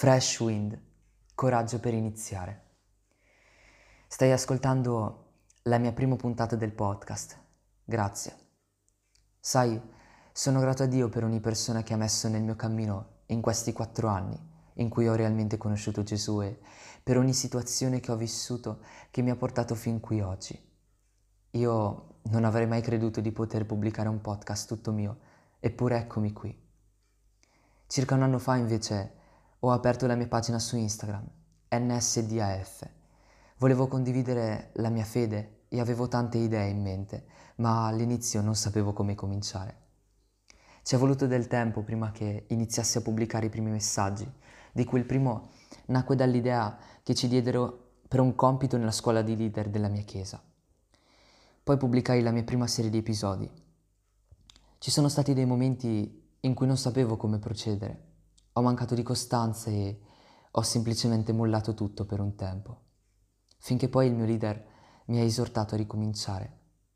Fresh Wind, coraggio per iniziare. Stai ascoltando la mia prima puntata del podcast. Grazie. Sai, sono grato a Dio per ogni persona che ha messo nel mio cammino in questi 4 anni in cui ho realmente conosciuto Gesù e per ogni situazione che ho vissuto che mi ha portato fin qui oggi. Io non avrei mai creduto di poter pubblicare un podcast tutto mio, eppure eccomi qui. Circa un anno fa invece ho aperto la mia pagina su Instagram, NSDAF. Volevo condividere la mia fede e avevo tante idee in mente, ma all'inizio non sapevo come cominciare. Ci è voluto del tempo prima che iniziassi a pubblicare i primi messaggi, di cui il primo nacque dall'idea che ci diedero per un compito nella scuola di leader della mia chiesa. Poi pubblicai la mia prima serie di episodi. Ci sono stati dei momenti in cui non sapevo come procedere. Ho mancato di costanza e ho semplicemente mollato tutto per un tempo, finché poi il mio leader mi ha esortato a ricominciare.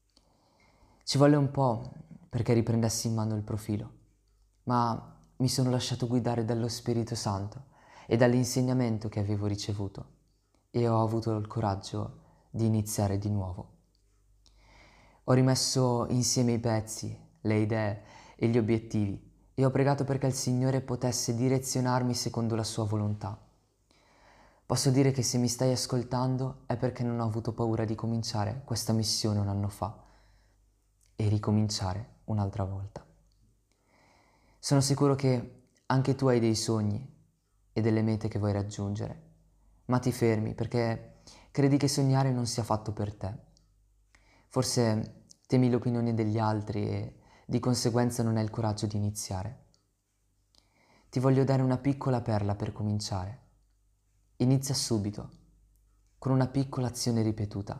Ci volle un po' perché riprendessi in mano il profilo, ma mi sono lasciato guidare dallo Spirito Santo e dall'insegnamento che avevo ricevuto e ho avuto il coraggio di iniziare di nuovo. Ho rimesso insieme i pezzi, le idee e gli obiettivi e ho pregato perché il Signore potesse direzionarmi secondo la sua volontà. Posso dire che se mi stai ascoltando è perché non ho avuto paura di cominciare questa missione un anno fa e ricominciare un'altra volta. Sono sicuro che anche tu hai dei sogni e delle mete che vuoi raggiungere, ma ti fermi perché credi che sognare non sia fatto per te. Forse temi l'opinione degli altri e di conseguenza non hai il coraggio di iniziare. Ti voglio dare una piccola perla per cominciare. Inizia subito, con una piccola azione ripetuta.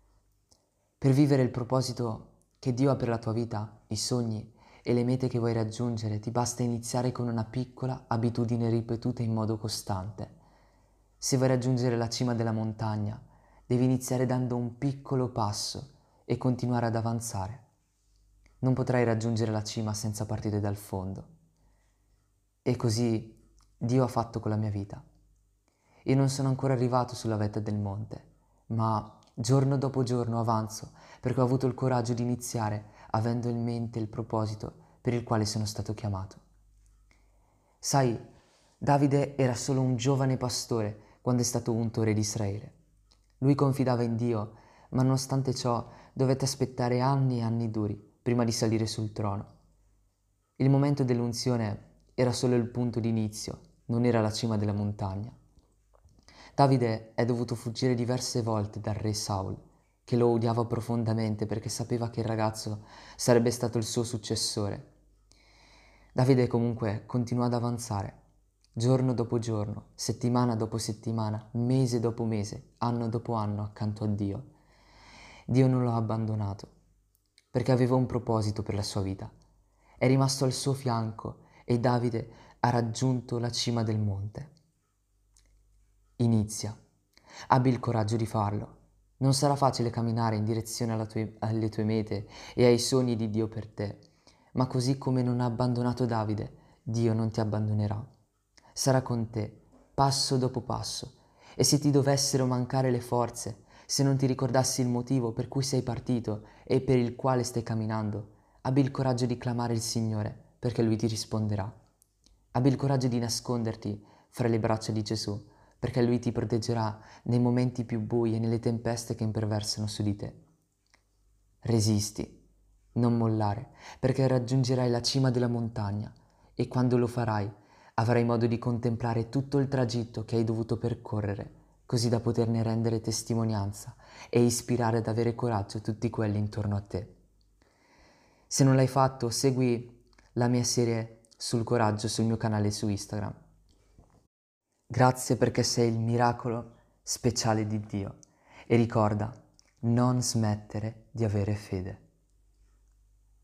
Per vivere il proposito che Dio ha per la tua vita, i sogni e le mete che vuoi raggiungere, ti basta iniziare con una piccola abitudine ripetuta in modo costante. Se vuoi raggiungere la cima della montagna, devi iniziare dando un piccolo passo e continuare ad avanzare. Non potrai raggiungere la cima senza partire dal fondo. E così Dio ha fatto con la mia vita. Io non sono ancora arrivato sulla vetta del monte, ma giorno dopo giorno avanzo perché ho avuto il coraggio di iniziare avendo in mente il proposito per il quale sono stato chiamato. Sai, Davide era solo un giovane pastore quando è stato unto re di Israele. Lui confidava in Dio, ma nonostante ciò dovette aspettare anni e anni duri prima di salire sul trono. Il momento dell'unzione era solo il punto di inizio, non era la cima della montagna. Davide è dovuto fuggire diverse volte dal re Saul, che lo odiava profondamente perché sapeva che il ragazzo sarebbe stato il suo successore. Davide comunque continuò ad avanzare, giorno dopo giorno, settimana dopo settimana, mese dopo mese, anno dopo anno accanto a Dio. Dio non lo ha abbandonato, perché aveva un proposito per la sua vita. È rimasto al suo fianco e Davide ha raggiunto la cima del monte. Inizia. Abbi il coraggio di farlo. Non sarà facile camminare in direzione alle tue mete e ai sogni di Dio per te, ma così come non ha abbandonato Davide, Dio non ti abbandonerà. Sarà con te, passo dopo passo, e se ti dovessero mancare le forze, se non ti ricordassi il motivo per cui sei partito e per il quale stai camminando, abbi il coraggio di clamare il Signore, perché Lui ti risponderà. Abbi il coraggio di nasconderti fra le braccia di Gesù, perché Lui ti proteggerà nei momenti più bui e nelle tempeste che imperversano su di te. Resisti, non mollare, perché raggiungerai la cima della montagna e quando lo farai avrai modo di contemplare tutto il tragitto che hai dovuto percorrere, così da poterne rendere testimonianza e ispirare ad avere coraggio tutti quelli intorno a te. Se non l'hai fatto, segui la mia serie sul coraggio sul mio canale su Instagram. Grazie perché sei il miracolo speciale di Dio e ricorda, non smettere di avere fede.